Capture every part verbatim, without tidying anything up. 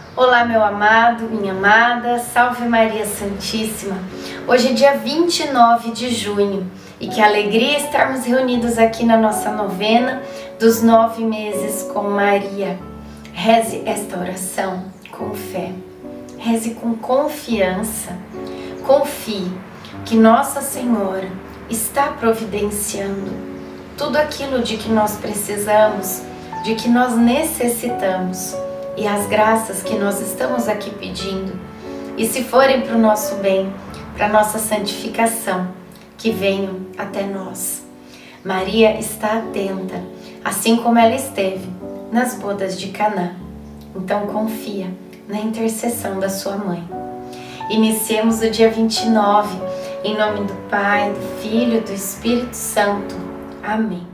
Olá, meu amado, minha amada, salve Maria Santíssima. Hoje é dia vinte e nove de junho e que alegria estarmos reunidos aqui na nossa novena dos nove meses com Maria. Reze esta oração com fé, reze com confiança, confie que Nossa Senhora está providenciando tudo aquilo de que nós precisamos, de que nós necessitamos. E as graças que nós estamos aqui pedindo, e se forem para o nosso bem, para a nossa santificação, que venham até nós. Maria está atenta, assim como ela esteve nas bodas de Caná. Então confia na intercessão da sua mãe. Iniciemos o dia vinte e nove, em nome do Pai, do Filho e do Espírito Santo. Amém.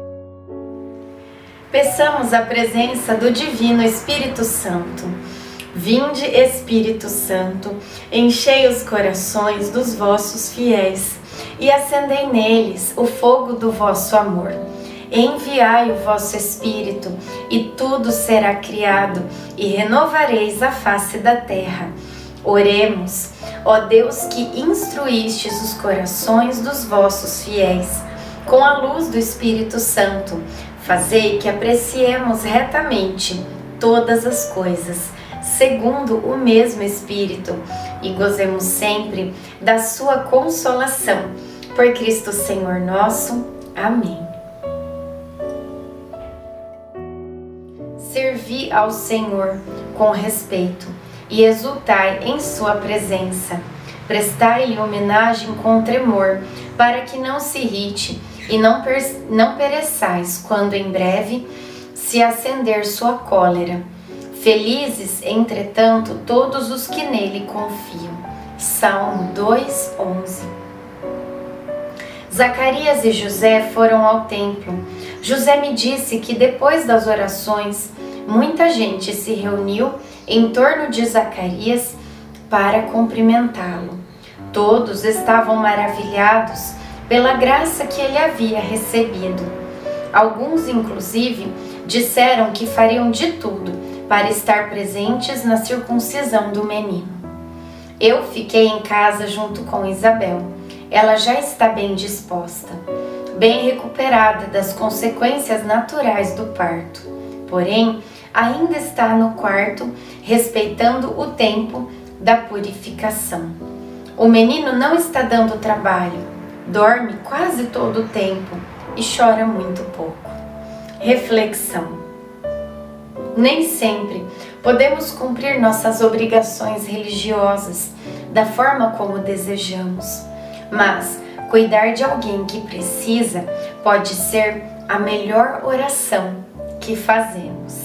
Peçamos a presença do Divino Espírito Santo. Vinde, Espírito Santo, enchei os corações dos vossos fiéis e acendei neles o fogo do vosso amor. Enviai o vosso Espírito e tudo será criado e renovareis a face da terra. Oremos, ó Deus que instruístes os corações dos vossos fiéis com a luz do Espírito Santo. Fazei que apreciemos retamente todas as coisas, segundo o mesmo Espírito, e gozemos sempre da sua consolação. Por Cristo Senhor nosso. Amém. Servi ao Senhor com respeito e exultai em sua presença. Prestai-lhe homenagem com tremor, para que não se irrite e não, não pereçais quando em breve se acender sua cólera. Felizes, entretanto, todos os que nele confiam. Salmo dois, onze. Zacarias e José foram ao templo. José me disse que depois das orações, muita gente se reuniu em torno de Zacarias para cumprimentá-lo. Todos estavam maravilhados pela graça que ele havia recebido. Alguns, inclusive, disseram que fariam de tudo para estar presentes na circuncisão do menino. Eu fiquei em casa junto com Isabel. Ela já está bem disposta, bem recuperada das consequências naturais do parto. Porém, ainda está no quarto, respeitando o tempo da purificação. O menino não está dando trabalho, dorme quase todo o tempo e chora muito pouco. Reflexão. Nem sempre podemos cumprir nossas obrigações religiosas da forma como desejamos, mas cuidar de alguém que precisa pode ser a melhor oração que fazemos.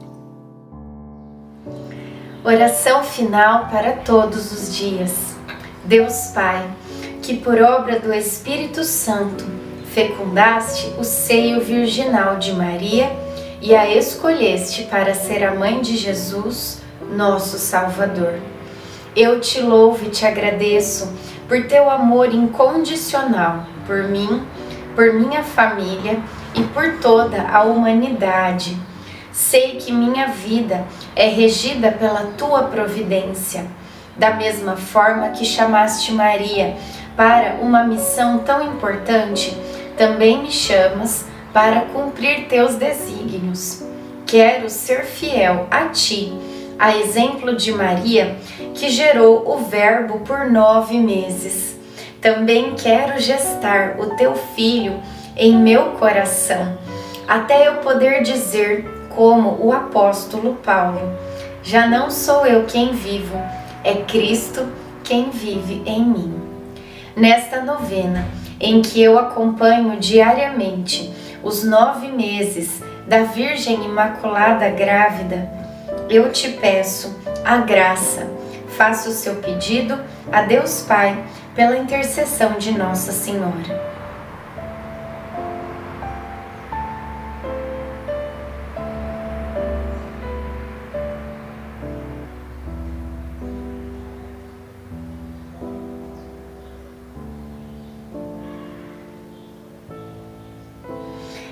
Oração final para todos os dias. Deus Pai, que por obra do Espírito Santo fecundaste o seio virginal de Maria e a escolheste para ser a mãe de Jesus, nosso Salvador. Eu te louvo e te agradeço por teu amor incondicional por mim, por minha família e por toda a humanidade. Sei que minha vida é regida pela tua providência, da mesma forma que chamaste Maria para uma missão tão importante, também me chamas para cumprir teus desígnios. Quero ser fiel a ti, a exemplo de Maria, que gerou o Verbo por nove meses. Também quero gestar o teu Filho em meu coração, até eu poder dizer, como o apóstolo Paulo: já não sou eu quem vivo, é Cristo quem vive em mim. Nesta novena, em que eu acompanho diariamente os nove meses da Virgem Imaculada Grávida, eu te peço a graça. Faça o seu pedido a Deus Pai pela intercessão de Nossa Senhora.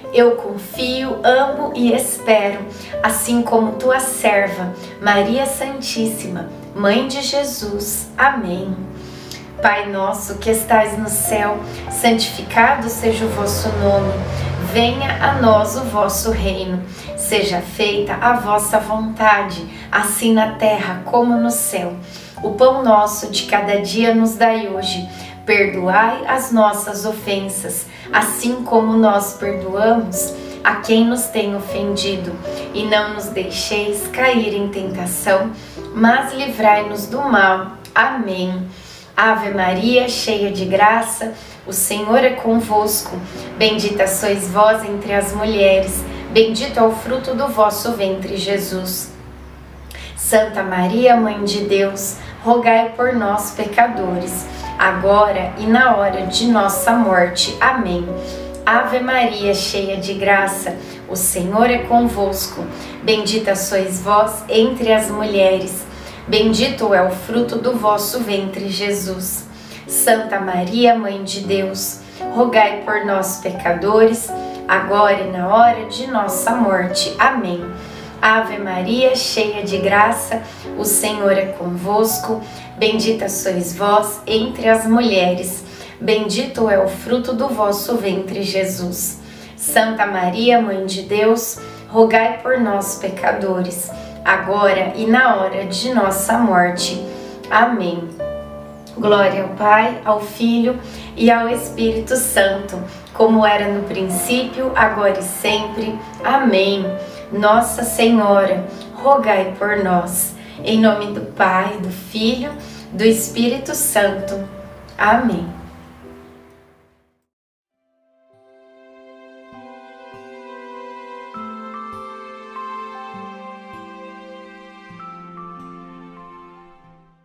Eu confio, amo e espero, assim como tua serva, Maria Santíssima, Mãe de Jesus. Amém. Pai nosso que estais no céu, santificado seja o vosso nome. Venha a nós o vosso reino. Seja feita a vossa vontade, assim na terra como no céu. O pão nosso de cada dia nos dai hoje. Perdoai as nossas ofensas, assim como nós perdoamos a quem nos tem ofendido. E não nos deixeis cair em tentação, mas livrai-nos do mal. Amém. Ave Maria, cheia de graça, o Senhor é convosco. Bendita sois vós entre as mulheres, bendito é o fruto do vosso ventre, Jesus. Santa Maria, Mãe de Deus, rogai por nós, pecadores, agora e na hora de nossa morte. Amém. Ave Maria, cheia de graça, o Senhor é convosco. Bendita sois vós entre as mulheres, bendito é o fruto do vosso ventre, Jesus. Santa Maria, Mãe de Deus, rogai por nós, pecadores, agora e na hora de nossa morte. Amém. Ave Maria, cheia de graça, o Senhor é convosco. Bendita sois vós entre as mulheres, bendito é o fruto do vosso ventre, Jesus. Santa Maria, Mãe de Deus, rogai por nós, pecadores, agora e na hora de nossa morte. Amém. Glória ao Pai, ao Filho e ao Espírito Santo, como era no princípio, agora e sempre. Amém. Nossa Senhora, rogai por nós. Em nome do Pai, do Filho, do Espírito Santo. Amém.